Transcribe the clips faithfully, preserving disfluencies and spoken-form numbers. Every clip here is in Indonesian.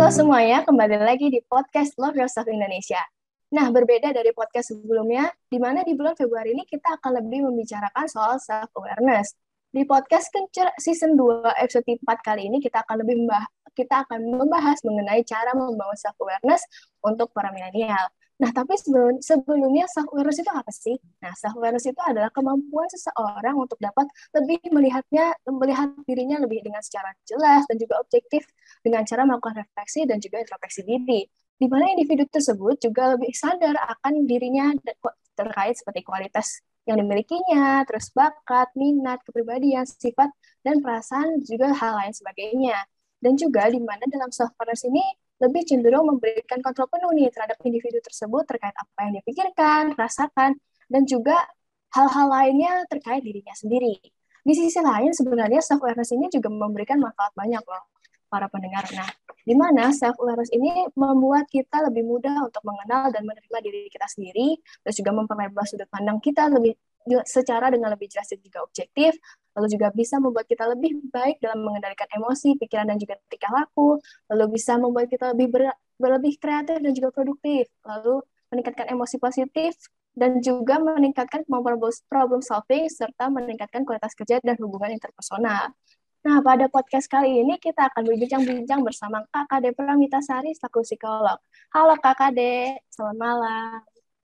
Halo semuanya, kembali lagi di podcast Love Yourself Indonesia. Nah, berbeda dari podcast sebelumnya, di mana di bulan Februari ini kita akan lebih membicarakan soal self-awareness. Di podcast Kencer season dua episode empat kali ini kita akan lebih membahas, kita akan membahas mengenai cara membangun self-awareness untuk para milenial. Nah, tapi sebelum, sebelumnya self-awareness itu apa sih? Nah, self-awareness itu adalah kemampuan seseorang untuk dapat lebih melihatnya, melihat dirinya lebih dengan secara jelas dan juga objektif dengan cara melakukan refleksi dan juga introspeksi diri, di mana individu tersebut juga lebih sadar akan dirinya terkait seperti kualitas yang dimilikinya, terus bakat, minat, kepribadian, sifat, dan perasaan, juga hal lain sebagainya. Dan juga di mana dalam self-awareness ini lebih cenderung memberikan kontrol penuh nih terhadap individu tersebut terkait apa yang dipikirkan, rasakan, dan juga hal-hal lainnya terkait dirinya sendiri. Di sisi lain, sebenarnya self-awareness ini juga memberikan manfaat banyak loh para pendengar. Nah, di mana self-awareness ini membuat kita lebih mudah untuk mengenal dan menerima diri kita sendiri, dan juga memperlebar sudut pandang kita lebih secara dengan lebih jelas dan juga objektif, lalu juga bisa membuat kita lebih baik dalam mengendalikan emosi, pikiran, dan juga tingkah laku, lalu bisa membuat kita lebih ber, lebih kreatif dan juga produktif, lalu meningkatkan emosi positif, dan juga meningkatkan kemampuan problem solving, serta meningkatkan kualitas kerja dan hubungan interpersonal. Nah, pada podcast kali ini kita akan berbincang-bincang bersama Kakak De Pramitasari selaku psikolog. Halo Kakak De, selamat malam.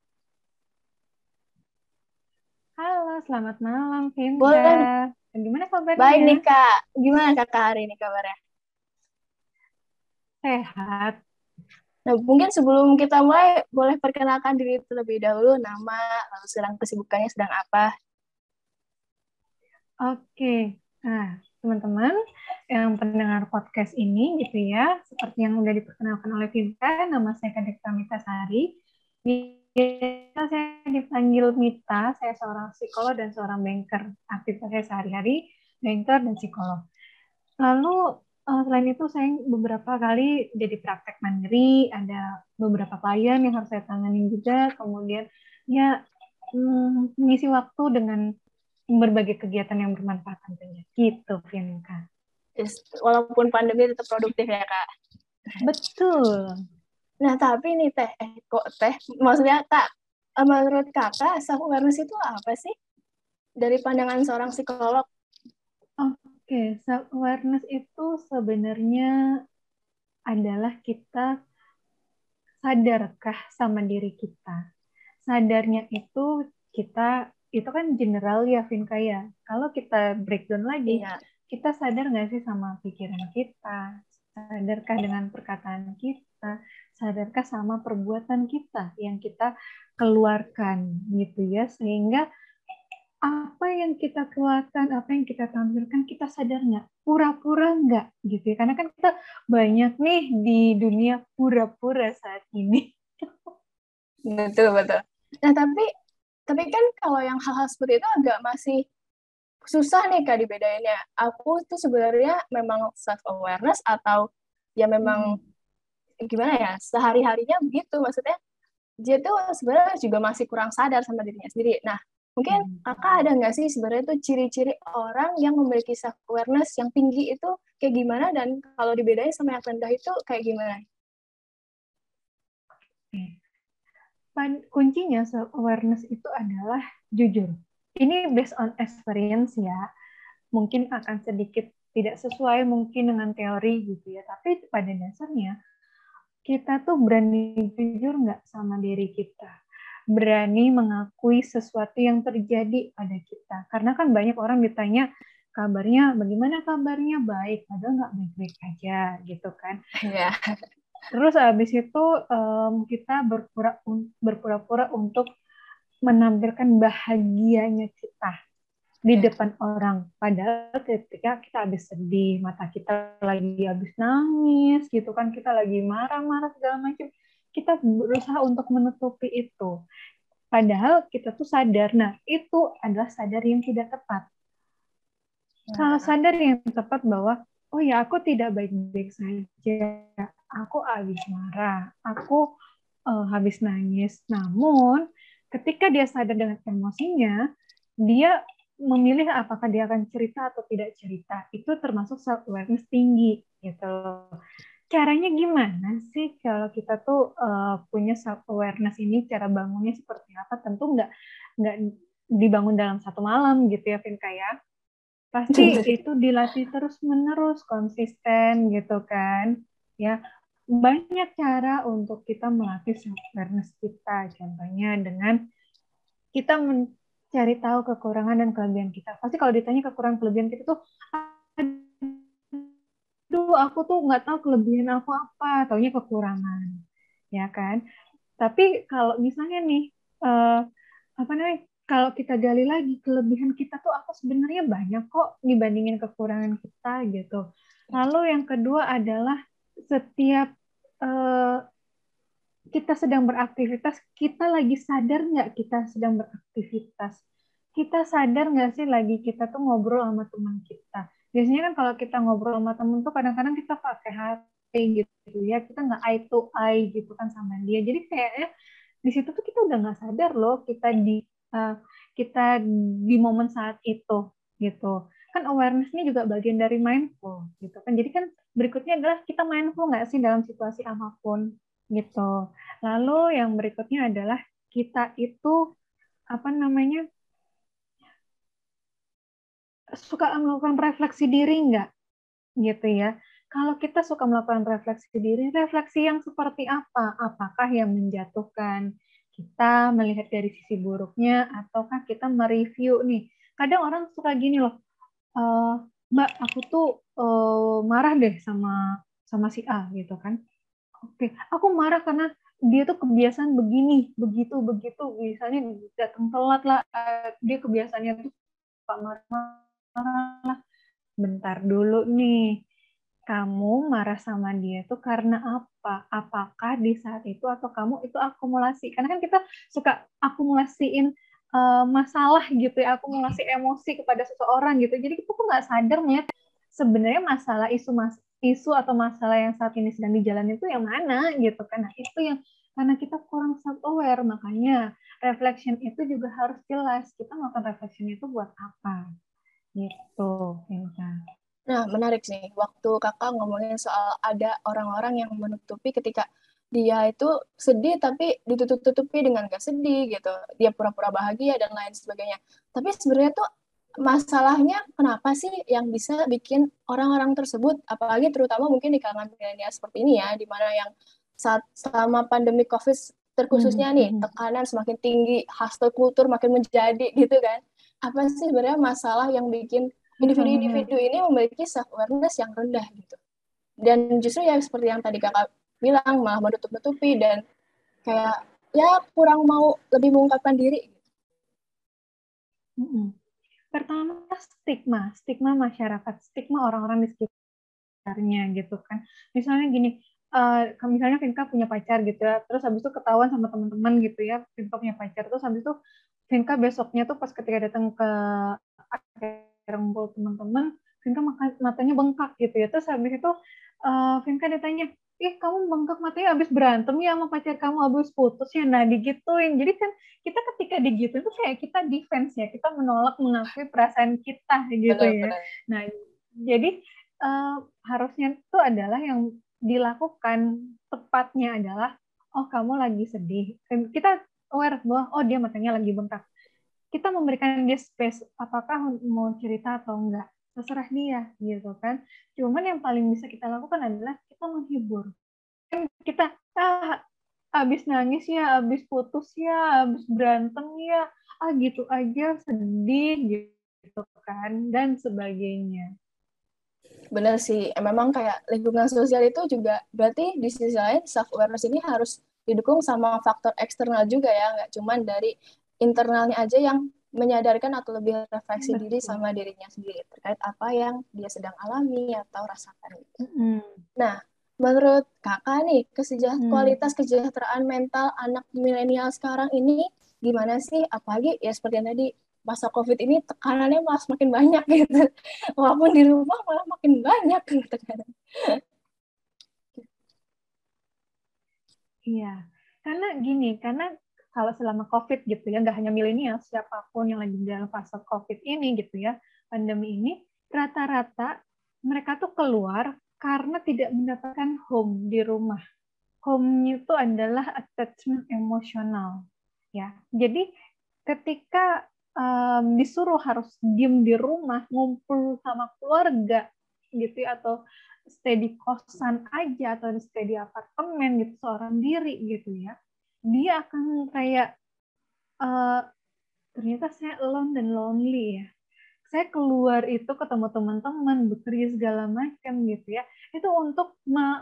Halo, selamat malam, Vinka. Boleh. Gimana kabarnya? Baik nih, Kak. Gimana Kakak hari ini kabarnya? Sehat. Nah, mungkin sebelum kita mulai, boleh perkenalkan diri terlebih dahulu, nama, lalu sedang kesibukannya sedang apa? Oke, nah teman-teman yang pendengar podcast ini gitu ya, seperti yang udah diperkenalkan oleh Vinka, nama saya Kadek Pramitasari. Biasa saya dipanggil Mita, saya seorang psikolog dan seorang banker. Aktivitas saya sehari-hari, banker dan psikolog. Lalu uh, selain itu saya beberapa kali jadi praktek mandiri, ada beberapa klien yang harus saya tangani juga, kemudian ya hmm, mengisi waktu dengan berbagai kegiatan yang bermanfaat tentunya. Gitu, Vinka. Just, walaupun pandemi tetap produktif ya, Kak? Betul. Nah, tapi nih Teh, eh kok Teh, maksudnya Kak, menurut Kakak, self-awareness itu apa sih? Dari pandangan seorang psikolog. Oke, okay. Self-awareness itu sebenarnya adalah kita sadarkah sama diri kita. Sadarnya itu kita, itu kan general ya, Vinka ya. Kalau kita breakdown lagi, Iya. kita sadar nggak sih sama pikiran kita? Sadarkah dengan perkataan kita? Sadarkah sama perbuatan kita yang kita keluarkan gitu ya? Sehingga apa yang kita keluarkan, apa yang kita tampilkan, kita sadar nggak? Pura-pura nggak gitu ya? Karena kan kita banyak nih di dunia pura-pura saat ini. Betul, betul. Nah, tapi tapi kan kalau yang hal-hal seperti itu agak masih susah nih Kak dibedainnya. Aku tuh sebenarnya memang self-awareness atau ya memang hmm. gimana ya, sehari-harinya begitu. Maksudnya dia tuh sebenarnya juga masih kurang sadar sama dirinya sendiri. Nah, mungkin Kakak ada nggak sih sebenarnya tuh ciri-ciri orang yang memiliki self-awareness yang tinggi itu kayak gimana, dan kalau dibedain sama yang rendah itu kayak gimana? Kuncinya self-awareness itu adalah jujur. Ini based on experience ya. Mungkin akan sedikit tidak sesuai mungkin dengan teori gitu ya. Tapi pada dasarnya, kita tuh berani jujur nggak sama diri kita. Berani mengakui sesuatu yang terjadi pada kita. Karena kan banyak orang ditanya, kabarnya bagaimana kabarnya? Baik, padahal nggak baik-baik aja gitu kan. Iya. Terus habis itu um, kita berpura, berpura-pura untuk menampilkan bahagianya kita di depan orang. Padahal ketika kita habis sedih, mata kita lagi habis nangis, gitu kan, kita lagi marah-marah segala macam, kita berusaha untuk menutupi itu. Padahal kita tuh sadar. Nah, itu adalah sadar yang tidak tepat. Kalau sadar yang tepat bahwa, oh ya, aku tidak baik-baik saja. Aku habis marah, aku uh, habis nangis. Namun, ketika dia sadar dengan emosinya, dia memilih apakah dia akan cerita atau tidak cerita. Itu termasuk self-awareness tinggi. Gitu. caranya gimana sih kalau kita tuh uh, punya self awareness ini, cara bangunnya seperti apa? Tentu nggak nggak dibangun dalam satu malam gitu ya, Vinka ya. Pasti itu dilatih terus menerus, konsisten gitu kan. Ya, banyak cara untuk kita melatih self awareness kita. Contohnya dengan kita mencari tahu kekurangan dan kelebihan kita. Pasti kalau ditanya kekurangan kelebihan kita tuh, aduh aku tuh nggak tahu kelebihan aku apa, taunya kekurangan, ya kan? Tapi kalau misalnya nih, uh, apa namanya? Kalau kita gali lagi kelebihan kita tuh aku sebenarnya banyak kok dibandingin kekurangan kita gitu. Lalu yang kedua adalah setiap uh, kita sedang beraktivitas, kita lagi sadar nggak kita sedang beraktivitas? Kita sadar nggak sih lagi kita tuh ngobrol sama teman kita? Biasanya kan kalau kita ngobrol sama temen tuh kadang-kadang kita pakai H P gitu ya, kita nggak eye to eye gitu kan sama dia. Jadi kayaknya di situ tuh kita udah nggak sadar loh kita di uh, kita di momen saat itu gitu. Kan awareness ini juga bagian dari mindful gitu kan. Jadi kan berikutnya adalah kita mindful nggak sih dalam situasi apapun gitu. Lalu yang berikutnya adalah kita itu apa namanya suka melakukan refleksi diri nggak gitu ya. Kalau kita suka melakukan refleksi diri, refleksi yang seperti apa? Apakah yang menjatuhkan kita melihat dari sisi buruknya, ataukah kita mereview nih? Kadang orang suka gini loh, e, Mbak, aku tuh e, marah deh sama sama si A gitu kan. Oke, aku marah karena dia tuh kebiasaan begini, begitu, begitu. Misalnya datang telat lah, dia kebiasaannya tuh suka marah-marah. Bentar dulu nih, kamu marah sama dia tuh karena apa? Apakah di saat itu atau kamu itu akumulasi? Karena kan kita suka akumulasiin uh, masalah gitu ya, akumulasi emosi kepada seseorang gitu. Jadi kita tuh nggak sadar melihat sebenarnya masalah isu mas isu atau masalah yang saat ini sedang dijalani itu yang mana gitu kan. Nah, itu yang karena kita kurang self aware, makanya reflection itu juga harus jelas. Kita melakukan reflection itu buat apa? Gitu, Vinka. Nah, menarik sih. Waktu kakak ngomongin soal ada orang-orang yang menutupi ketika dia itu sedih tapi ditutup-tutupi dengan gak sedih gitu. Dia pura-pura bahagia dan lain sebagainya. Tapi sebenarnya tuh masalahnya kenapa sih yang bisa bikin orang-orang tersebut, apalagi terutama mungkin di kalangan milenial seperti ini ya, di mana yang saat selama pandemi COVID terkhususnya nih, tekanan semakin tinggi, hustle kultur makin menjadi gitu kan. Apa sih sebenarnya masalah yang bikin individu-individu ini memiliki self-awareness yang rendah gitu. Dan justru ya seperti yang tadi kakak bilang, malah menutup-nutupi dan kayak ya kurang mau lebih mengungkapkan diri. Mm-hmm. Pertama, stigma. Stigma masyarakat, stigma orang-orang di sekitarnya gitu kan. Misalnya gini, uh, misalnya Vinka punya pacar gitu ya, terus habis itu ketahuan sama teman-teman gitu ya, Vinka punya pacar, terus habis itu Vinka besoknya tuh pas ketika datang ke ngumpul teman-teman, Vinka matanya bengkak gitu ya. Terus habis itu uh, Vinka ditanya, ih kamu bengkak matanya habis berantem ya sama pacar kamu, habis putus ya, nah digituin. Jadi kan kita ketika digituin itu kayak kita defense ya, kita menolak mengakui perasaan kita gitu benar, ya. benar. Nah jadi uh, harusnya itu adalah yang dilakukan tepatnya adalah, oh kamu lagi sedih. Kita aware bahwa oh dia matanya lagi bengkak. Kita memberikan dia space, apakah mau cerita atau enggak, terserah dia gitu kan. Cuman yang paling bisa kita lakukan adalah kita menghibur. Kan kita ah habis nangis ya, habis putus ya, habis berantem ya, ah gitu aja sedih gitu kan dan sebagainya. Benar sih, memang kayak lingkungan sosial itu juga berarti di sisi lain self awareness ini harus didukung sama faktor eksternal juga ya, nggak cuma dari internalnya aja yang menyadarkan atau lebih refleksi Betul. diri sama dirinya sendiri terkait apa yang dia sedang alami atau rasakan. Mm-hmm. Nah, menurut kakak nih, kesejaht- hmm. kualitas kesejahteraan mental anak milenial sekarang ini gimana sih? Apalagi ya seperti yang tadi, masa COVID ini tekanannya malah semakin banyak gitu. Walaupun di rumah malah makin banyak gitu kan. Iya, karena gini, karena kalau selama COVID gitu ya, nggak hanya milenial, siapapun yang lagi dalam fase COVID ini gitu ya, pandemi ini, rata-rata mereka tuh keluar karena tidak mendapatkan home di rumah. Home itu adalah attachment emosional, ya. Jadi ketika um, disuruh harus diem di rumah, ngumpul sama keluarga, gitu ya, atau stay di kosan aja atau stay di apartemen gitu seorang diri gitu ya, dia akan kayak uh, ternyata saya alone dan lonely ya. Saya keluar itu ketemu teman-teman, bekerja segala macam gitu ya. Itu untuk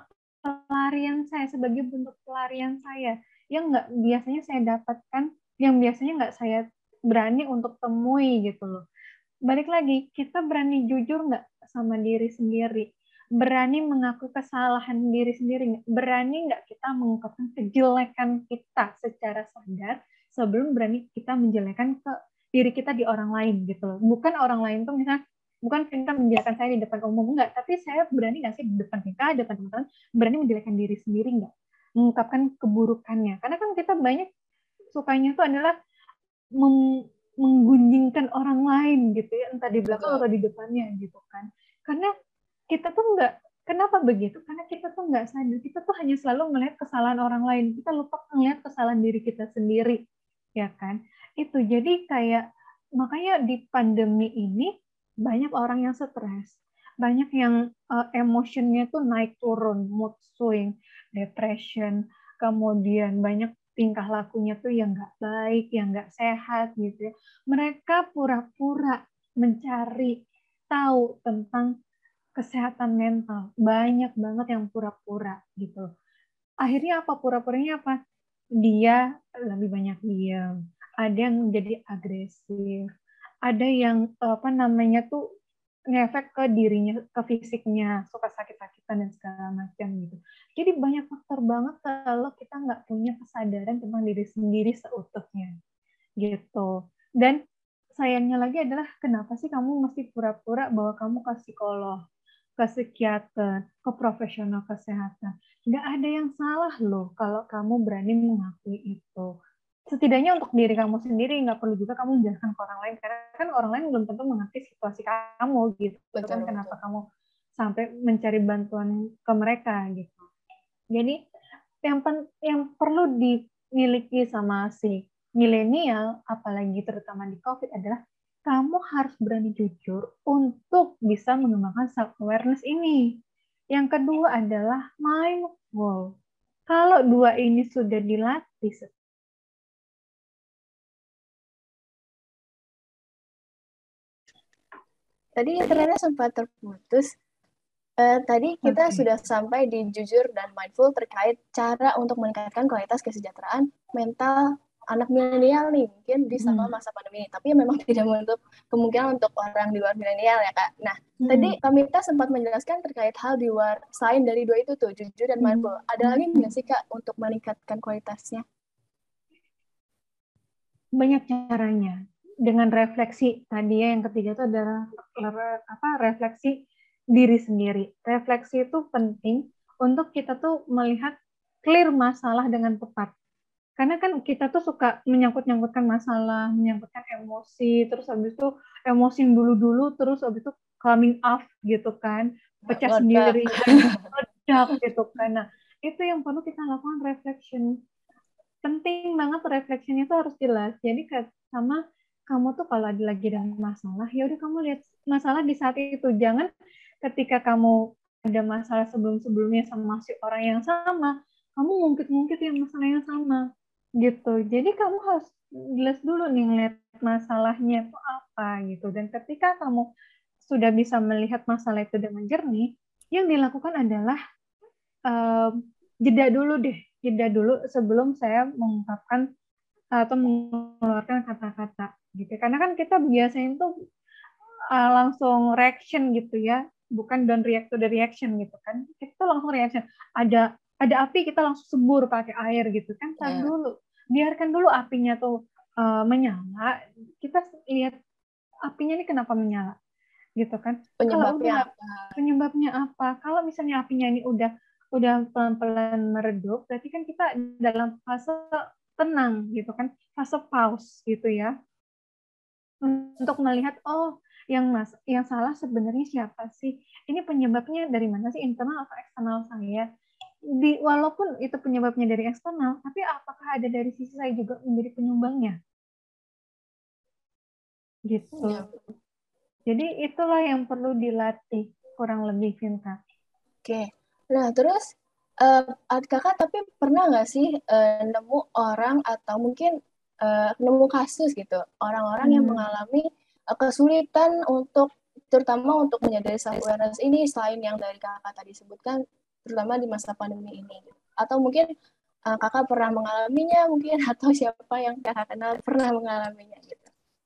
pelarian saya, sebagai bentuk pelarian saya yang nggak biasanya saya dapatkan, yang biasanya nggak saya berani untuk temui gitu loh. Balik lagi, kita berani jujur nggak sama diri sendiri? Berani mengakui kesalahan diri sendiri? Berani nggak kita mengungkapkan kejelekan kita secara sadar sebelum berani kita menjelekan ke diri kita di orang lain gitu loh. Bukan orang lain tuh misalnya, bukan kita menjelekan saya di depan umum, enggak. Tapi saya berani nggak sih di depan kita, di depan teman-teman, berani menjelekan diri sendiri nggak? Mengungkapkan keburukannya. Karena kan kita banyak sukanya tuh adalah mem menggunjingkan orang lain gitu ya, entah di belakang atau di depannya gitu kan. Karena kita tuh nggak, kenapa begitu? Karena kita tuh nggak sadar, kita tuh hanya selalu melihat kesalahan orang lain, kita lupa melihat kesalahan diri kita sendiri, ya kan? Itu jadi kayak, makanya di pandemi ini banyak orang yang stres, banyak yang uh, emotionnya tuh naik turun, mood swing, depression, kemudian banyak tingkah lakunya tuh yang nggak baik, yang nggak sehat gitu ya. Mereka pura-pura mencari tahu tentang kesehatan mental. Banyak banget yang pura-pura gitu. Akhirnya apa? Pura-puranya apa? Dia lebih banyak diam. Ada yang jadi agresif. Ada yang apa namanya tuh ngefek ke dirinya, ke fisiknya, suka sakit-sakitan dan segala macam gitu. Jadi banyak faktor banget kalau kita nggak punya kesadaran tentang diri sendiri seutuhnya gitu. Dan sayangnya lagi adalah kenapa sih kamu mesti pura-pura bahwa kamu ke psikolog, ke psikiater, ke profesional kesehatan. Nggak ada yang salah loh kalau kamu berani mengakui itu. Setidaknya untuk diri kamu sendiri, nggak perlu juga kamu menjelaskan ke orang lain, karena kan orang lain belum tentu mengerti situasi kamu gitu. Betul, kan kenapa betul. Kamu sampai mencari bantuan ke mereka gitu. Jadi yang pen, yang perlu dimiliki sama si milenial, apalagi terutama di COVID, adalah kamu harus berani jujur untuk bisa mengembangkan self-awareness ini. Yang kedua adalah mindful. Kalau dua ini sudah dilatih, tadi internetnya sempat terputus. Uh, tadi kita okay. sudah sampai di jujur dan mindful terkait cara untuk meningkatkan kualitas kesejahteraan mental anak milenial nih, mungkin di selama masa pandemi ini. Tapi memang tidak menutup kemungkinan untuk orang di luar milenial ya Kak. Nah, hmm. tadi Kamita sempat menjelaskan terkait hal di luar selain dari dua itu tuh, jujur dan mindful. Hmm. Ada lagi nggak sih Kak untuk meningkatkan kualitasnya? Banyak caranya. Dengan refleksi tadi ya, yang ketiga itu adalah apa? Refleksi diri sendiri. Refleksi itu penting untuk kita tuh melihat clear masalah dengan tepat. Karena kan kita tuh suka menyangkut-nyangkutkan masalah, menyangkutkan emosi, terus habis itu emosi yang dulu-dulu, terus habis itu coming up gitu kan, pecah sendiri, meledak gitu kan. Nah, itu yang perlu kita lakukan, reflection. Penting banget reflectionnya tuh harus jelas. Jadi sama kamu tuh kalau lagi ada masalah, ya udah kamu lihat masalah di saat itu. Jangan ketika kamu ada masalah sebelum-sebelumnya sama si orang yang sama, kamu ngungkit-ngungkit yang masalah yang sama gitu. Jadi kamu harus jelas dulu nih ngeliat masalahnya itu apa gitu. Dan ketika kamu sudah bisa melihat masalah itu dengan jernih, yang dilakukan adalah uh, jeda dulu deh, jeda dulu sebelum saya mengungkapkan atau mengeluarkan kata-kata gitu. Karena kan kita biasanya tuh uh, langsung reaction gitu ya, bukan don't react to the reaction gitu kan. Kita tuh langsung reaction. Ada ada api kita langsung sebur pakai air gitu kan. Tar yeah. dulu, biarkan dulu apinya tuh uh, menyala. Kita lihat apinya ini kenapa menyala gitu kan. Penyebabnya Kalau udah, apa? Penyebabnya apa? Kalau misalnya apinya ini udah udah pelan-pelan meredup, berarti kan kita dalam fase tenang gitu kan, fase pause gitu ya, untuk melihat oh yang mas yang salah sebenarnya siapa sih, ini penyebabnya dari mana sih, internal atau eksternal saya. Di, walaupun itu penyebabnya dari eksternal, tapi apakah ada dari sisi saya juga menjadi penyumbangnya? Gitu. Ya. Jadi itulah yang perlu dilatih, kurang lebih, Vinta. Oke. Nah, terus uh, kakak tapi pernah nggak sih uh, nemu orang atau mungkin uh, nemu kasus gitu, orang-orang hmm. yang mengalami uh, kesulitan untuk, terutama untuk menyadari self-awareness ini, selain yang dari kakak tadi sebutkan, terutama di masa pandemi ini. Atau mungkin uh, kakak pernah mengalaminya mungkin, atau siapa yang kakak kenal pernah mengalaminya gitu.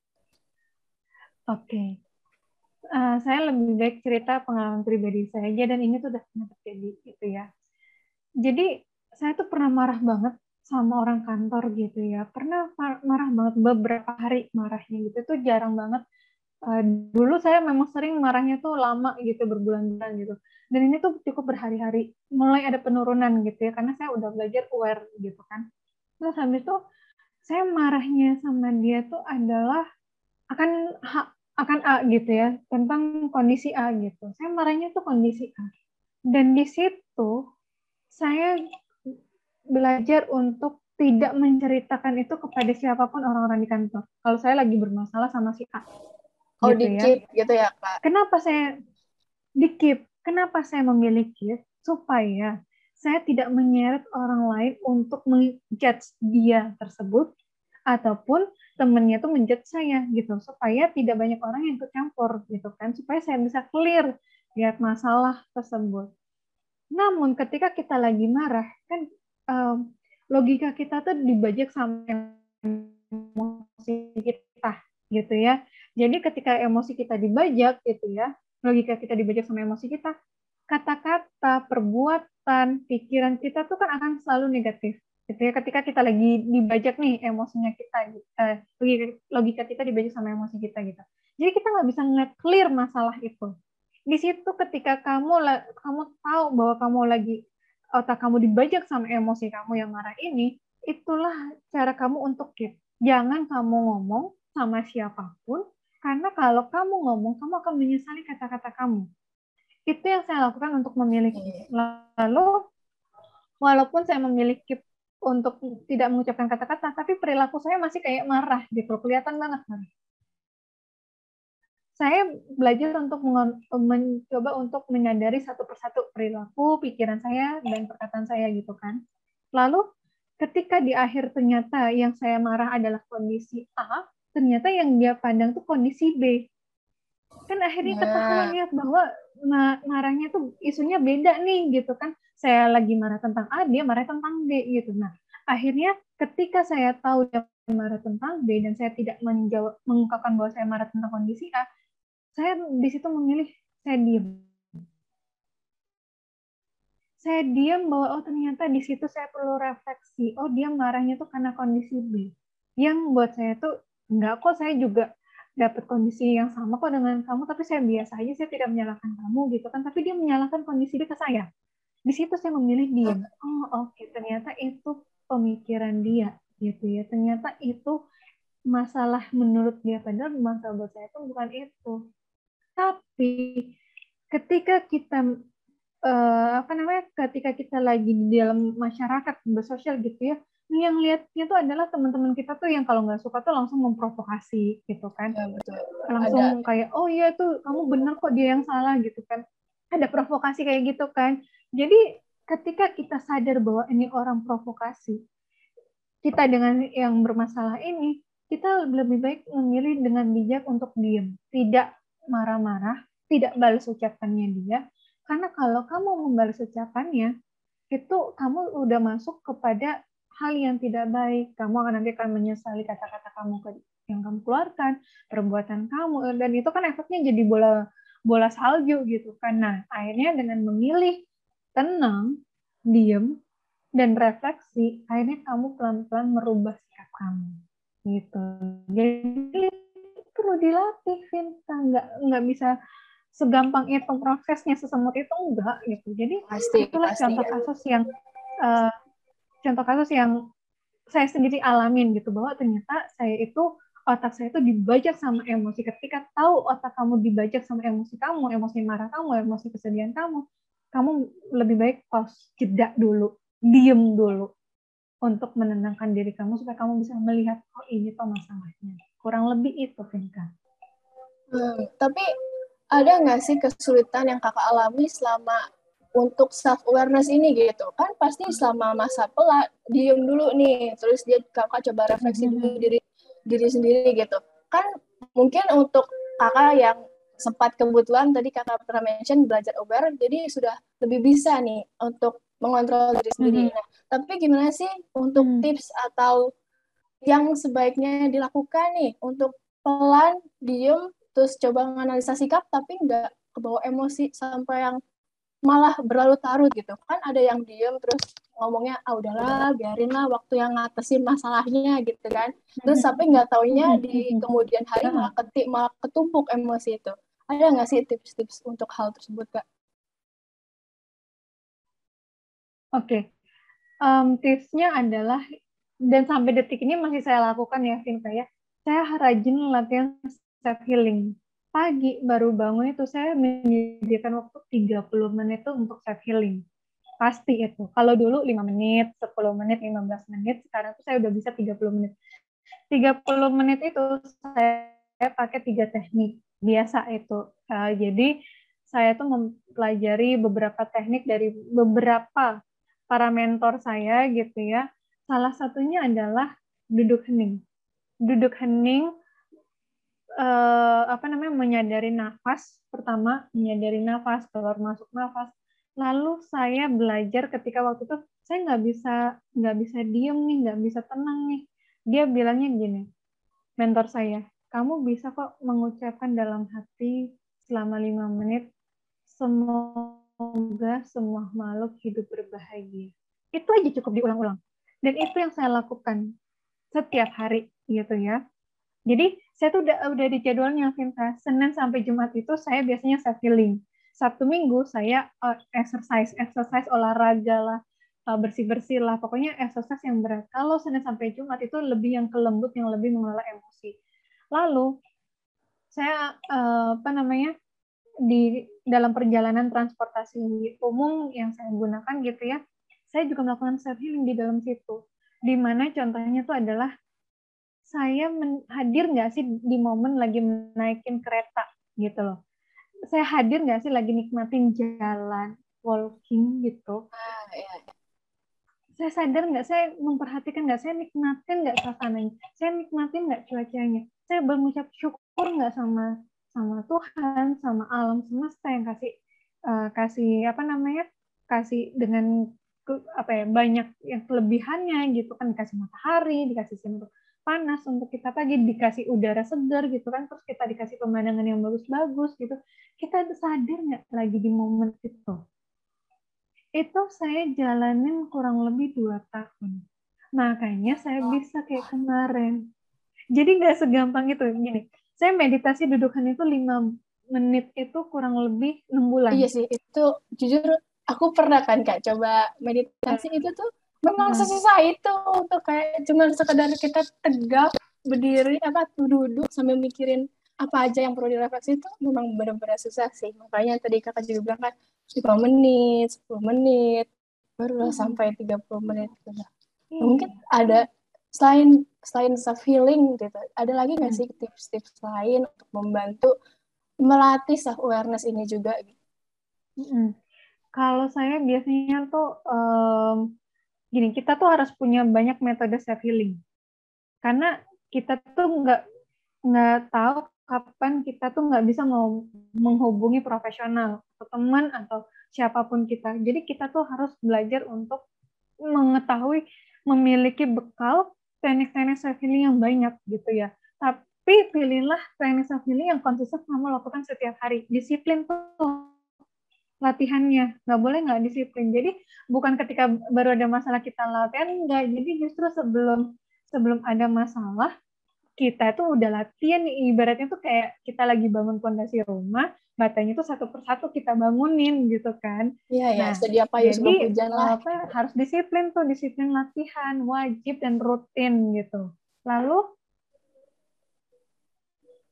Oke. Okay. Uh, saya lebih baik cerita pengalaman pribadi saya aja, dan ini tuh udah pernah terjadi gitu ya. Jadi saya tuh pernah marah banget sama orang kantor gitu ya. Pernah marah banget beberapa hari, marahnya gitu. Itu jarang banget. Uh, dulu saya memang sering marahnya tuh lama gitu, berbulan-bulan gitu. Dan ini tuh cukup berhari-hari. Mulai ada penurunan gitu ya, karena saya udah belajar aware gitu kan. Terus habis itu saya marahnya sama dia tuh adalah akan hak akan A gitu ya, tentang kondisi A gitu. Saya marahnya tuh kondisi A. Dan di situ saya belajar untuk tidak menceritakan itu kepada siapapun orang-orang di kantor. Kalau saya lagi bermasalah sama si A. Oh, gitu di-keep ya. Gitu ya, Kak. Kenapa saya di-keep? Kenapa saya memilih keep? Supaya saya tidak menyeret orang lain untuk menjudge dia tersebut, ataupun temennya tuh menjudge saya gitu, supaya tidak banyak orang yang ikut campur gitu kan, supaya saya bisa clear lihat masalah tersebut. Namun ketika kita lagi marah kan, um, logika kita tuh dibajak sama emosi kita gitu ya. Jadi ketika emosi kita dibajak gitu ya, logika kita dibajak sama emosi kita, kata-kata, perbuatan, pikiran kita tuh kan akan selalu negatif. Gitu ya, ketika kita lagi dibajak nih emosinya kita, eh, logika kita dibajak sama emosi kita gitu. Jadi kita nggak bisa ngeliat clear masalah itu. Di situ ketika kamu kamu tahu bahwa kamu lagi, otak kamu dibajak sama emosi kamu yang marah ini, itulah cara kamu untuk keep. Jangan kamu ngomong sama siapapun, karena kalau kamu ngomong, kamu akan menyesali kata-kata kamu. Itu yang saya lakukan untuk memiliki. Lalu, walaupun saya memilih keep untuk tidak mengucapkan kata-kata, tapi perilaku saya masih kayak marah gitu, kelihatan banget marah. Saya belajar untuk mencoba untuk menyadari satu persatu perilaku, pikiran saya, dan perkataan saya gitu kan. Lalu, ketika di akhir ternyata yang saya marah adalah kondisi A, ternyata yang dia pandang tuh kondisi B. Kan akhirnya ketahuan ya bahwa marahnya tuh isunya beda nih gitu kan. Saya lagi marah tentang A, dia marah tentang B gitu. Nah, akhirnya ketika saya tahu dia marah tentang B dan saya tidak menjawab, mengungkapkan bahwa saya marah tentang kondisi A, saya di situ memilih saya diam. Saya diam bahwa oh ternyata di situ saya perlu refleksi. Oh dia marahnya tuh karena kondisi B. Yang buat saya tuh enggak kok, saya juga dapat kondisi yang sama kok dengan kamu, tapi saya biasa aja, saya tidak menyalahkan kamu gitu kan, tapi dia menyalahkan kondisi B ke saya. Di situ saya memilih diam. Oh oke, okay. Ternyata itu pemikiran dia gitu ya. Ternyata itu masalah menurut dia, padahal masalah buat saya itu bukan itu. Tapi ketika kita uh, apa namanya, ketika kita lagi di dalam masyarakat bersosial gitu ya, yang lihatnya tuh adalah teman-teman kita tuh yang kalau nggak suka tuh langsung memprovokasi gitu kan, ya, betul. Langsung ada. Kayak oh iya tuh kamu bener kok, dia yang salah gitu kan, ada provokasi kayak gitu kan. Jadi ketika kita sadar bahwa ini orang provokasi kita dengan yang bermasalah ini, kita lebih baik memilih dengan bijak untuk diam, tidak marah-marah, tidak balas ucapannya dia, karena kalau kamu membalas ucapannya, itu kamu udah masuk kepada hal yang tidak baik. Kamu akan nanti akan menyesali kata-kata kamu yang kamu keluarkan, perbuatan kamu, dan itu kan efeknya jadi bola bola salju gitu kan. Nah, akhirnya dengan memilih tenang, diam, dan refleksi, akhirnya kamu pelan-pelan merubah sikap kamu gitu. Jadi perlu dilatih, Vinta. Nggak nggak bisa segampang itu prosesnya, sesemut itu enggak gitu. Jadi pasti, itulah pasti, contoh ya. kasus yang uh, contoh kasus yang saya sendiri alamin gitu, bahwa ternyata saya itu otak saya itu dibajak sama emosi. Ketika tahu otak kamu dibajak sama emosi kamu, emosi marah kamu, emosi kesedihan kamu, kamu lebih baik pause, jeda dulu, diem dulu untuk menenangkan diri kamu supaya kamu bisa melihat, oh ini tuh masalahnya. Kurang lebih itu, Vinka. Hmm, tapi ada nggak sih kesulitan yang kakak alami selama untuk self awareness ini gitu? Kan pasti selama masa pelak diem dulu nih, terus dia kakak coba refleksi dulu diri diri sendiri gitu. Kan mungkin untuk kakak yang sempat kebetulan tadi kakak pernah mention belajar aware, jadi sudah lebih bisa nih untuk mengontrol diri sendiri. Nah, tapi gimana sih untuk tips atau yang sebaiknya dilakukan nih untuk pelan, diem, terus coba menganalisa sikap tapi nggak kebawa emosi sampai yang malah berlarut-larut gitu. Kan ada yang diem terus ngomongnya, ah udahlah biarin lah waktu yang ngatasin masalahnya gitu kan. Terus sampai nggak taunya di kemudian hari malah ketik, malah ketumpuk emosi itu. Ada nggak sih tips-tips untuk hal tersebut, Kak? Oke, okay. um, tipsnya adalah, dan sampai detik ini masih saya lakukan ya, Vinka ya, saya rajin latihan self healing. Pagi baru bangun itu saya menyediakan waktu tiga puluh menit itu untuk self healing. Pasti itu. Kalau dulu lima menit, sepuluh menit, lima belas menit, sekarang tuh saya udah bisa tiga puluh menit. tiga puluh menit itu saya pakai tiga teknik. Biasa itu. Uh, jadi saya tuh mempelajari beberapa teknik dari beberapa para mentor saya gitu ya. Salah satunya adalah duduk hening. Duduk hening eh, apa namanya menyadari nafas pertama, menyadari nafas, keluar masuk nafas. Lalu saya belajar ketika waktu itu saya nggak bisa nggak bisa diem nih, nggak bisa tenang nih. Dia bilangnya gini, mentor saya, kamu bisa kok mengucapkan dalam hati selama lima menit, semoga semua makhluk hidup berbahagia. Itu aja cukup diulang-ulang. Dan itu yang saya lakukan setiap hari gitu ya. Jadi saya tuh udah udah di jadwalnya, Vinta. Senin sampai Jumat itu saya biasanya self healing. Sabtu Minggu saya uh, exercise, exercise olahraga lah, uh, bersih-bersih lah. Pokoknya exercise yang berat. Kalau Senin sampai Jumat itu lebih yang ke lembut, yang lebih mengelola emosi. Lalu saya uh, apa namanya di dalam perjalanan transportasi umum yang saya gunakan gitu ya, saya juga melakukan self healing di dalam situ. Di mana contohnya itu adalah saya men- hadir nggak sih di momen lagi naikin kereta gitu loh. Saya hadir nggak sih lagi nikmatin jalan, walking gitu. Ah, ya. Saya sadar nggak, saya memperhatikan nggak, saya nikmatin nggak suasananya, saya nikmatin nggak cuacanya, saya mengucap syukur nggak sama sama Tuhan, sama alam semesta yang kasih uh, kasih apa namanya, kasih dengan apa ya banyak yang kelebihannya gitu kan, dikasih matahari, dikasih sinar panas untuk kita pagi, dikasih udara segar gitu kan, terus kita dikasih pemandangan yang bagus-bagus gitu, kita sadar nggak lagi di momen itu. Itu saya jalanin kurang lebih dua tahun. Makanya saya bisa kayak kemarin. Jadi nggak segampang itu. Gini, saya meditasi dudukan itu lima menit itu kurang lebih enam bulan. Iya sih, itu jujur aku pernah kan Kak coba meditasi itu tuh memang sesusah itu untuk kayak cuma sekedar kita tegak berdiri apa duduk sambil mikirin apa aja yang perlu direfleksi itu memang benar-benar susah sih. Makanya tadi Kakak juga bilang kan lima menit, sepuluh menit, barulah hmm. sampai tiga puluh menit gitu. Nah, mungkin ada selain selain self healing gitu, ada lagi nggak sih tips-tips lain untuk membantu melatih self awareness ini juga gitu? Hmm. Kalau saya biasanya tuh um, gini, kita tuh harus punya banyak metode self healing karena kita tuh nggak nggak tahu kapan kita tuh nggak bisa mau menghubungi profesional atau teman atau siapapun kita. Jadi kita tuh harus belajar untuk mengetahui, memiliki bekal teknik-teknik self healing yang banyak gitu ya. Tapi pilihlah teknik self healing yang konsisten kamu lakukan setiap hari. Disiplin tuh latihannya, nggak boleh nggak disiplin. Jadi bukan ketika baru ada masalah kita latihan, enggak. Jadi justru sebelum sebelum ada masalah kita tuh udah latihan nih, ibaratnya tuh kayak kita lagi bangun pondasi rumah, batanya tuh satu persatu kita bangunin gitu kan. Iya ya, Nah, sedia payu sebelum jadi hujan lah. apa harus disiplin tuh, disiplin latihan wajib dan rutin gitu. Lalu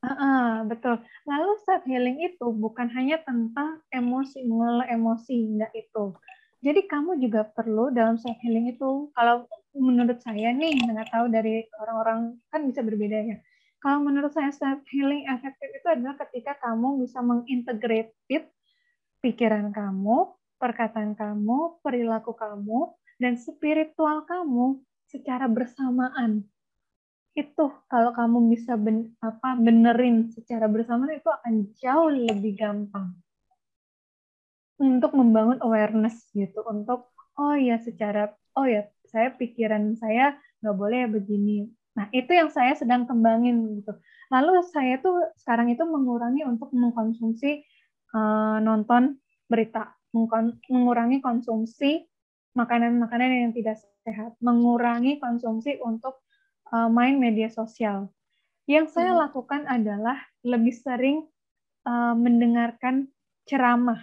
Ah, betul. Lalu self healing itu bukan hanya tentang emosi, mengelola emosi, enggak itu. Jadi kamu juga perlu dalam self healing itu, kalau menurut saya nih, nggak tahu dari orang-orang kan bisa berbeda ya. Kalau menurut saya self healing efektif itu adalah ketika kamu bisa mengintegrate pikiran kamu, perkataan kamu, perilaku kamu, dan spiritual kamu secara bersamaan. Itu kalau kamu bisa ben, apa benerin secara bersama itu akan jauh lebih gampang untuk membangun awareness gitu, untuk oh ya secara oh ya saya pikiran saya nggak boleh ya begini. Nah itu yang saya sedang kembangin gitu. Lalu saya tuh sekarang itu mengurangi untuk mengkonsumsi uh, nonton berita, mengurangi konsumsi makanan-makanan yang tidak sehat, mengurangi konsumsi untuk uh, main media sosial. Yang saya Hmm. lakukan adalah lebih sering uh, mendengarkan ceramah,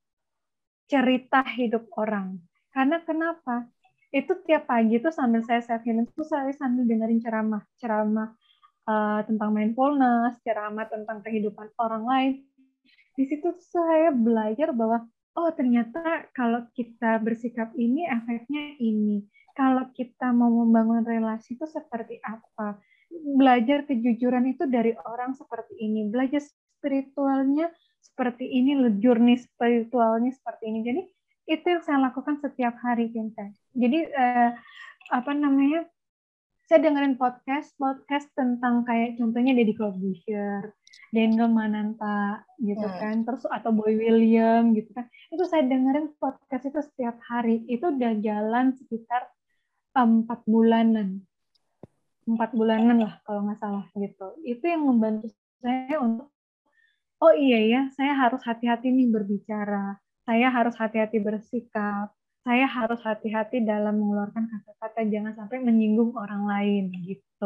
cerita hidup orang. Karena kenapa? Itu tiap pagi tuh sambil saya self healing tuh saya sambil dengerin ceramah, ceramah uh, tentang mindfulness, ceramah tentang kehidupan orang lain. Di situ saya belajar bahwa oh ternyata kalau kita bersikap ini efeknya ini. Kalau kita mau membangun relasi itu seperti apa? Belajar kejujuran itu dari orang seperti ini. Belajar spiritualnya seperti ini, journey spiritualnya seperti ini. Jadi itu yang saya lakukan setiap hari, Kinta. Jadi eh, apa namanya? Saya dengerin podcast, podcast tentang kayak contohnya Deddy Corbuzier, Daniel Mananta gitu Hmm. kan, terus atau Boy William gitu kan. Itu saya dengerin podcast itu setiap hari. Itu udah jalan sekitar empat bulanan, empat bulanan lah kalau nggak salah gitu. Itu yang membantu saya untuk oh iya ya, saya harus hati-hati nih berbicara. Saya harus hati-hati bersikap. Saya harus hati-hati dalam mengeluarkan kata-kata, jangan sampai menyinggung orang lain gitu.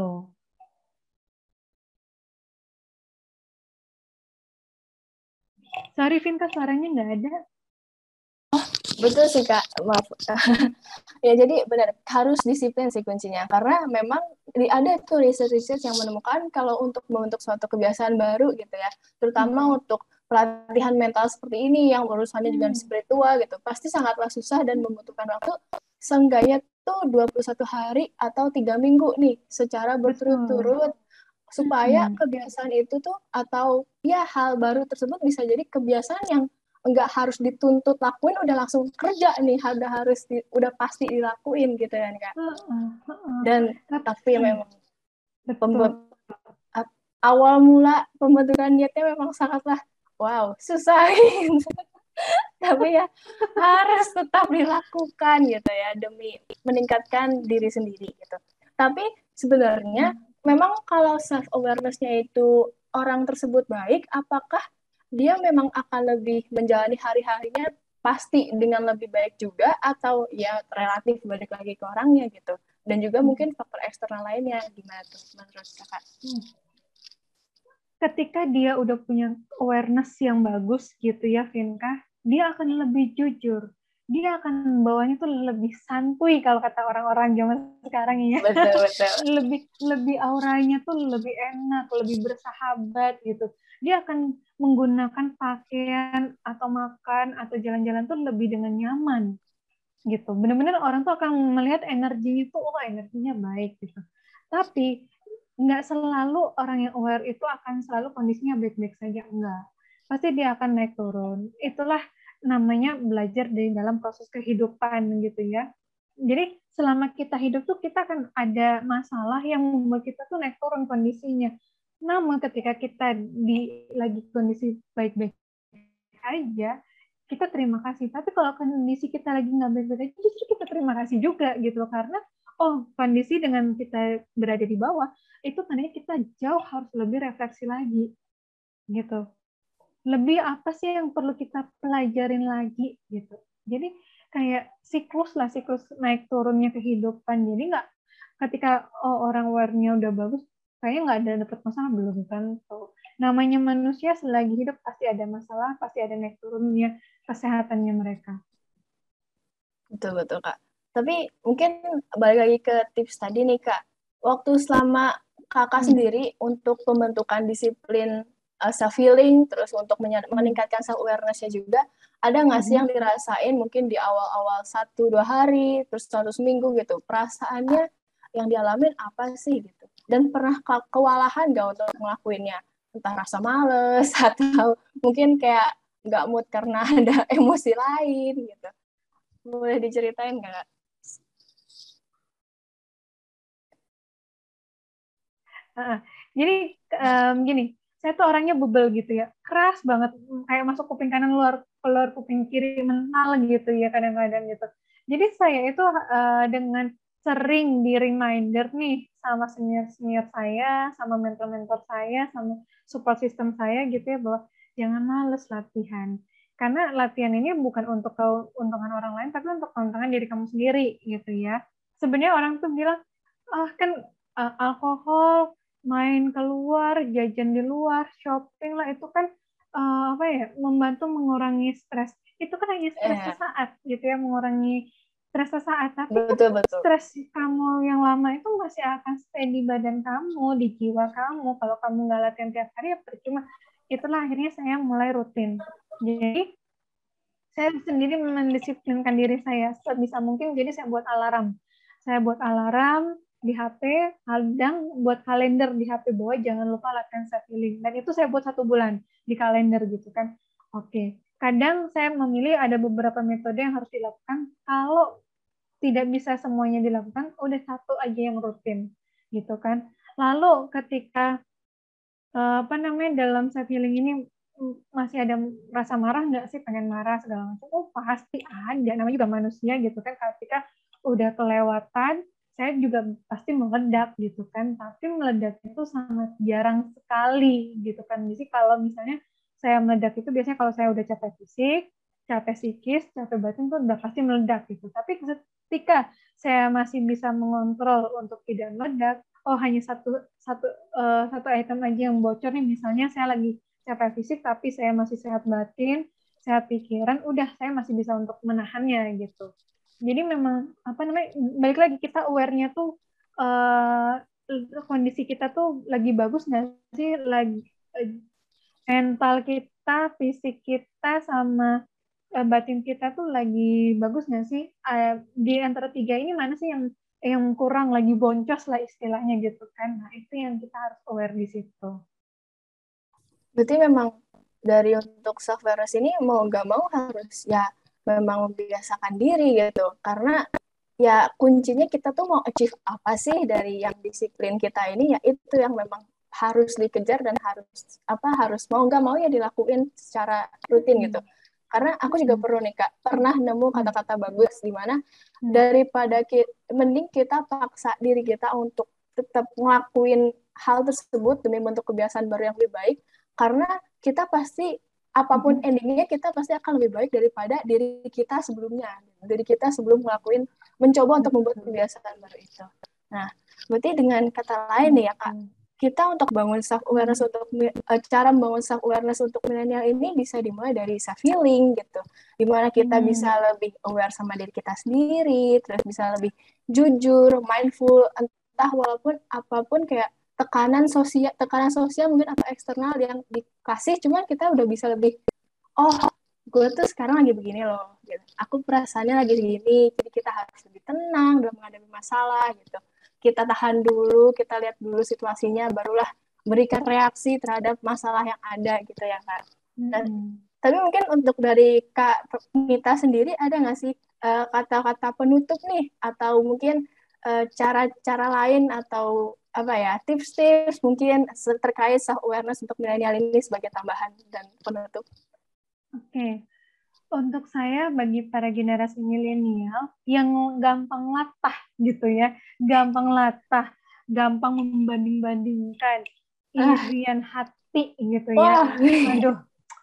Sorry Vinka, suaranya nggak ada. Betul sih Kak, maaf. Ya jadi benar, harus disiplin sih kuncinya. Karena memang ada tuh research-research yang menemukan kalau untuk membentuk suatu kebiasaan baru gitu ya, terutama Hmm. untuk pelatihan mental seperti ini yang urusannya dengan Hmm. spiritual gitu, pasti sangatlah susah dan membutuhkan waktu seenggaknya tuh dua puluh satu hari atau tiga minggu nih secara Betul. berturut-turut supaya Hmm. kebiasaan itu tuh atau ya hal baru tersebut bisa jadi kebiasaan yang nggak harus dituntut lakuin udah langsung kerja nih, udah harus di, udah pasti dilakuin gitu kan Kak. Uh-uh, uh-uh. Dan Tapi, tapi hmm, memang betul. pembe- awal mula pembentukan niatnya memang sangatlah wow susah gitu. Tapi ya harus tetap dilakukan gitu ya demi meningkatkan diri sendiri gitu. Tapi sebenarnya memang kalau self awareness-nya itu orang tersebut baik, apakah dia memang akan lebih menjalani hari-harinya pasti dengan lebih baik juga atau ya relatif balik lagi ke orangnya gitu. Dan juga mungkin faktor eksternal lainnya gimana tuh menurut Kakak? Ketika dia udah punya awareness yang bagus gitu ya, Vinka, dia akan lebih jujur. Dia akan membawanya tuh lebih santuy kalau kata orang-orang zaman sekarang ya. Betul, betul. lebih lebih auranya tuh lebih enak, lebih bersahabat gitu. Dia akan menggunakan pakaian atau makan atau jalan-jalan tuh lebih dengan nyaman gitu. Benar-benar orang tuh akan melihat energinya tuh oh energinya baik gitu. Tapi nggak selalu orang yang aware itu akan selalu kondisinya baik-baik saja, enggak. Pasti dia akan naik turun. Itulah namanya belajar dari dalam proses kehidupan gitu ya. Jadi selama kita hidup tuh kita akan ada masalah yang membuat kita tuh naik turun kondisinya. Namun ketika kita di lagi kondisi baik-baik aja, kita terima kasih. Tapi kalau kondisi kita lagi nggak baik-baik aja, justru kita terima kasih juga gitu. Karena oh kondisi dengan kita berada di bawah itu tandanya kita jauh harus lebih refleksi lagi gitu. Lebih apa sih yang perlu kita pelajarin lagi gitu. Jadi kayak siklus lah, siklus naik turunnya kehidupan. Jadi nggak ketika oh, orang aware-nya udah bagus, kayaknya nggak ada dapat masalah belum kan. So, namanya manusia selagi hidup pasti ada masalah, pasti ada naik turunnya kesehatannya mereka. Betul, betul, Kak. Tapi mungkin balik lagi ke tips tadi nih, Kak. Waktu selama kakak Hmm. sendiri untuk pembentukan disiplin uh, self healing, terus untuk menya- Hmm. meningkatkan self awareness-nya juga, ada nggak sih Hmm. yang dirasain mungkin di awal-awal satu dua hari, terus satu seminggu gitu, perasaannya yang dialamin apa sih gitu? Dan pernah ke- kewalahan nggak untuk ngelakuinnya? Entah rasa males atau mungkin kayak nggak mood karena ada emosi lain gitu. Boleh diceritain nggak? Ah, jadi um, gini, saya tuh orangnya bebel gitu ya, keras banget, kayak masuk kuping kanan luar keluar kuping kiri mental gitu ya kadang-kadang gitu. Jadi saya itu uh, dengan sering di reminder nih sama senior-senior saya, sama mentor-mentor saya, sama support system saya gitu ya bahwa jangan males latihan. Karena latihan ini bukan untuk keuntungan orang lain, tapi untuk keuntungan diri kamu sendiri gitu ya. Sebenarnya orang tuh bilang, ah kan uh, alkohol main keluar, jajan di luar, shopping lah itu kan uh, apa ya membantu mengurangi stres. Itu kan hanya stres Eh, sesaat gitu ya, mengurangi stres sesaat. Tapi kan betul betul. stres kamu yang lama itu masih akan stay di badan kamu, di jiwa kamu. Kalau kamu nggak latihan tiap hari ya percuma. Itulah akhirnya saya mulai rutin. Jadi saya sendiri mendisiplinkan diri saya sebisa mungkin. Jadi saya buat alarm. Saya buat alarm di H P, kadang buat kalender di H P bahwa jangan lupa latihan self healing. Dan itu saya buat satu bulan di kalender gitu kan. Oke. Kadang saya memilih ada beberapa metode yang harus dilakukan. Kalau tidak bisa semuanya dilakukan, udah satu aja yang rutin gitu kan. Lalu ketika uh, apa namanya dalam self healing ini masih ada rasa marah nggak sih, pengen marah segala macam, oh pasti ada, namanya juga manusia gitu kan. Ketika udah kelewatan saya juga pasti meledak gitu kan, tapi meledak itu sangat jarang sekali gitu kan. Jadi kalau misalnya saya meledak itu biasanya kalau saya udah capek fisik, capek psikis, capek batin tuh udah pasti meledak gitu. Tapi ketika saya masih bisa mengontrol untuk tidak meledak, oh hanya satu satu uh, satu item aja yang bocor nih, misalnya saya lagi capek fisik tapi saya masih sehat batin, sehat pikiran, udah saya masih bisa untuk menahannya gitu. Jadi memang apa namanya balik lagi kita aware-nya tuh uh, kondisi kita tuh lagi bagus nggak sih, lagi uh, mental kita, fisik kita sama uh, batin kita tuh lagi bagus nggak sih? Uh, di antara tiga ini mana sih yang yang kurang, lagi boncos lah istilahnya gitu kan. Nah itu yang kita harus aware di situ. Berarti memang dari untuk self awareness ini mau nggak mau harus ya memang membiasakan diri gitu. Karena ya kuncinya kita tuh mau achieve apa sih dari yang disiplin kita ini, ya itu yang memang harus dikejar dan harus apa harus mau nggak mau ya dilakuin secara rutin gitu. Karena aku juga perlu nih Kak, pernah nemu kata-kata bagus di mana daripada kita, mending kita paksa diri kita untuk tetap ngelakuin hal tersebut demi bentuk kebiasaan baru yang lebih baik, karena kita pasti apapun endingnya kita pasti akan lebih baik daripada diri kita sebelumnya, diri kita sebelum ngelakuin mencoba untuk membuat kebiasaan baru itu. Nah, berarti dengan kata lain nih ya Kak, kita untuk bangun self awareness untuk uh, cara membangun self awareness untuk milenial ini bisa dimulai dari self healing gitu, dimana kita hmm. bisa lebih aware sama diri kita sendiri, terus bisa lebih jujur, mindful, entah walaupun apapun kayak tekanan sosial, tekanan sosial mungkin atau eksternal yang dikasih, cuman kita udah bisa lebih, oh gue tuh sekarang lagi begini loh, gitu. Aku perasaannya lagi begini, jadi kita harus lebih tenang dalam menghadapi masalah gitu. Kita tahan dulu, kita lihat dulu situasinya, barulah berikan reaksi terhadap masalah yang ada gitu ya Kak. Dan, hmm. Tapi mungkin untuk dari Kak Mita sendiri ada nggak sih uh, kata-kata penutup nih, atau mungkin uh, cara-cara lain atau apa ya tips-tips mungkin terkait self awareness untuk milenial ini sebagai tambahan dan penutup? Oke. Okay. Untuk saya, bagi para generasi milenial yang gampang latah gitu ya, gampang latah, gampang membanding-bandingkan, irian ah. hati gitu ya. Wah. Aduh.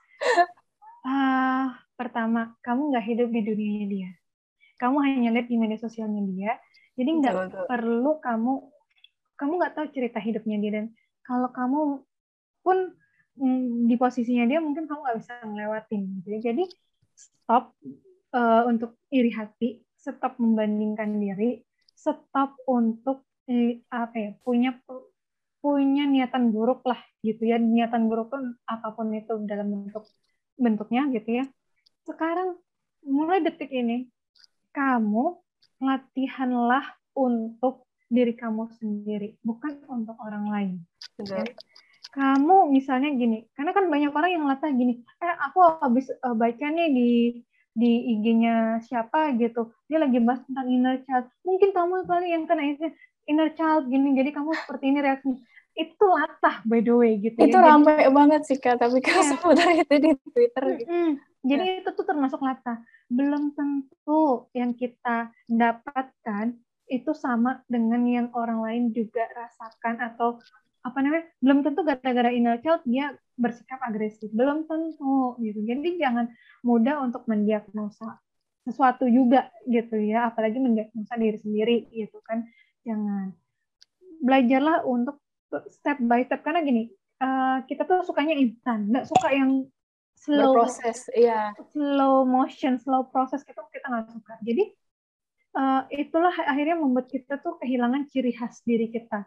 Ah, pertama, kamu nggak hidup di dunianya dia. Kamu hanya lihat di media sosialnya dia. Jadi nggak perlu kamu, kamu nggak tahu cerita hidupnya dia. Dan kalau kamu pun mm, di posisinya dia, mungkin kamu nggak bisa ngelewatin. Gitu. Jadi stop uh, untuk iri hati, stop membandingkan diri, stop untuk eh, apa ya punya punya niatan buruk lah gitu ya, niatan buruk pun apapun itu dalam bentuk bentuknya gitu ya. Sekarang mulai detik ini kamu latihanlah untuk diri kamu sendiri, bukan untuk orang lain. Ya. Kamu misalnya gini, karena kan banyak orang yang latah gini, eh aku habis uh, baca nih di di I G-nya siapa gitu, dia lagi bahas tentang inner child. Mungkin kamu kali yang kena inner child gini, jadi kamu seperti ini reaksinya. Itu latah by the way gitu itu ya. Itu ramai banget sih Kak, tapi kalau ya. seputar itu di Twitter gitu. Mm-mm. Jadi nah. itu tuh termasuk latah. Belum tentu yang kita dapatkan itu sama dengan yang orang lain juga rasakan, atau apa namanya, belum tentu gara-gara inner child dia bersikap agresif, belum tentu gitu. Jadi jangan mudah untuk mendiagnosa sesuatu juga gitu ya, apalagi mendiagnosa diri sendiri gitu kan. Jangan. Belajarlah untuk step by step, karena gini, uh, kita tuh sukanya instan, nggak suka yang slow proses, iya. slow motion, slow proses gitu kita nggak suka. Jadi uh, itulah akhirnya membuat kita tuh kehilangan ciri khas diri kita.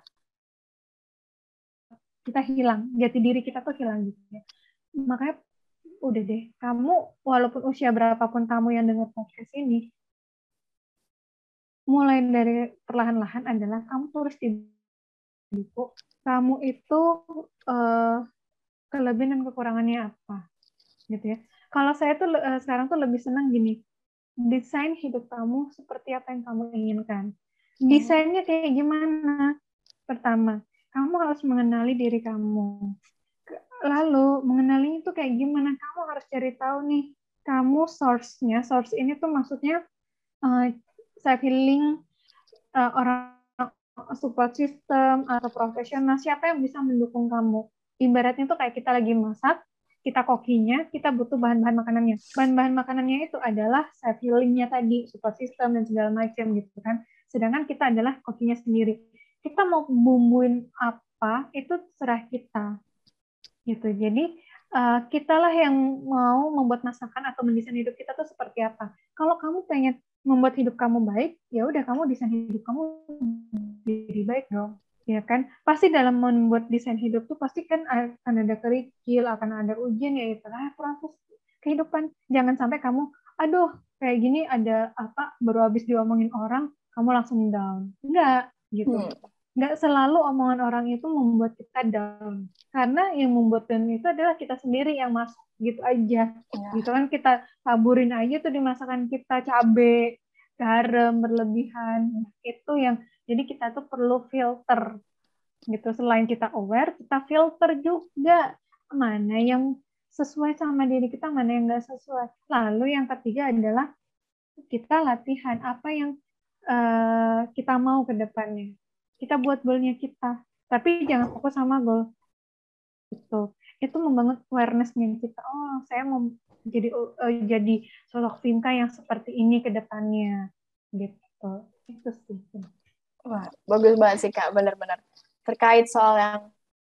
Kita hilang, jati diri kita tuh hilang gitu ya. Makanya udah deh, kamu walaupun usia berapapun kamu yang dengar podcast ini, mulai dari perlahan-lahan adalah kamu tulis di buku, kamu itu uh, kelebihan dan kekurangannya apa, gitu ya. Kalau saya tuh uh, sekarang tuh lebih senang gini, desain hidup kamu seperti apa yang kamu inginkan. Desainnya kayak gimana? Pertama, kamu harus mengenali diri kamu. Lalu, mengenalinya itu kayak gimana? Kamu harus cari tahu nih, kamu source-nya. Source ini tuh maksudnya uh, self-healing, uh, orang support system, atau profesional, siapa yang bisa mendukung kamu. Ibaratnya tuh kayak kita lagi masak, kita kokinya, kita butuh bahan-bahan makanannya. Bahan-bahan makanannya itu adalah self-healingnya tadi, support system, dan segala macam gitu kan. Sedangkan kita adalah kokinya sendiri. Kita mau bumbuin apa, itu serah kita. Gitu. Jadi, uh, kitalah yang mau membuat masakan atau mendesain hidup kita tuh seperti apa. Kalau kamu pengen membuat hidup kamu baik, ya udah kamu desain hidup kamu jadi baik dong. Ya kan, pasti dalam membuat desain hidup tuh pasti kan akan ada kerikil, akan ada ujian, ya itulah proses kehidupan. Jangan sampai kamu, aduh kayak gini ada apa, baru habis diomongin orang, kamu langsung down. Enggak, gitu. Hmm. Enggak selalu omongan orang itu membuat kita down. Karena yang membuat down itu adalah kita sendiri yang masuk, gitu aja. Ya. Gitu kan, kita taburin aja tuh di masakan kita, cabai, garam berlebihan. Itu yang jadi kita tuh perlu filter gitu. Selain kita aware, kita filter juga mana yang sesuai sama diri kita, mana yang nggak sesuai. Lalu yang ketiga adalah kita latihan apa yang uh, kita mau ke depannya. Kita buat goalnya kita, tapi jangan fokus sama goal itu. Itu membangun awareness-nya kita. Oh, saya mau jadi uh, jadi sosok Vinka yang seperti ini ke depannya, gitu. Itu sih. Wah, bagus banget sih Kak, benar-benar. Terkait soal yang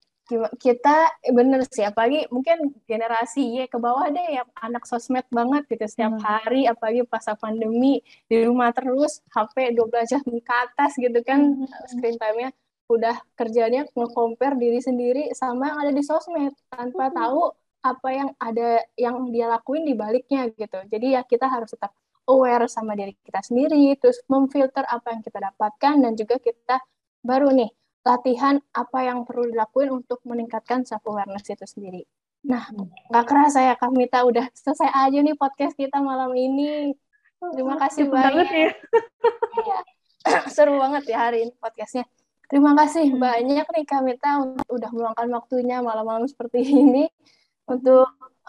kita, bener sih, apalagi mungkin generasi Y ke bawah deh, yang anak sosmed banget gitu, setiap hmm. hari, apalagi pas pandemi, di rumah terus, H P dua belas jam ke atas gitu kan, hmm. screen time-nya, udah kerjanya nge-compare diri sendiri sama yang ada di sosmed, tanpa hmm. tahu apa yang ada, yang dia lakuin di baliknya gitu. Jadi ya kita harus tetap aware sama diri kita sendiri, terus memfilter apa yang kita dapatkan, dan juga kita baru nih latihan apa yang perlu dilakuin untuk meningkatkan self-awareness itu sendiri. Nah, nggak kerasa ya Kak Mita, udah selesai aja nih podcast kita malam ini. Terima kasih Cepet banyak. banget ya. Ya. Seru banget ya hari ini podcastnya. Terima kasih hmm. banyak nih Kak Mita untuk udah meluangkan waktunya malam-malam seperti ini untuk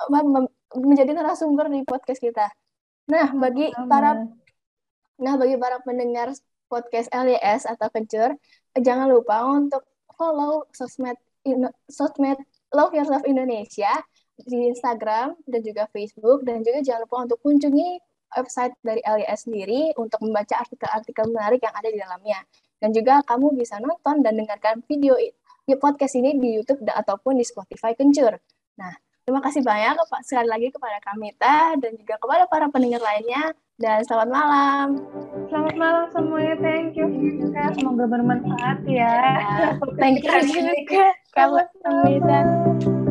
menjadi narasumber di podcast kita. Nah, bagi para nah bagi para pendengar podcast L Y S atau Kencur, jangan lupa untuk follow sosmed sosmed Love Yourself Indonesia di Instagram dan juga Facebook, dan juga jangan lupa untuk kunjungi website dari L Y S sendiri untuk membaca artikel-artikel menarik yang ada di dalamnya. Dan juga kamu bisa nonton dan dengarkan video di podcast ini di YouTube ataupun di Spotify Kencur. Nah, terima kasih banyak sekali lagi kepada Kak Mita dan juga kepada para pendengar lainnya, dan selamat malam. selamat malam semuanya. Thank you. Semoga bermanfaat ya. Thank you juga, Kak Mita.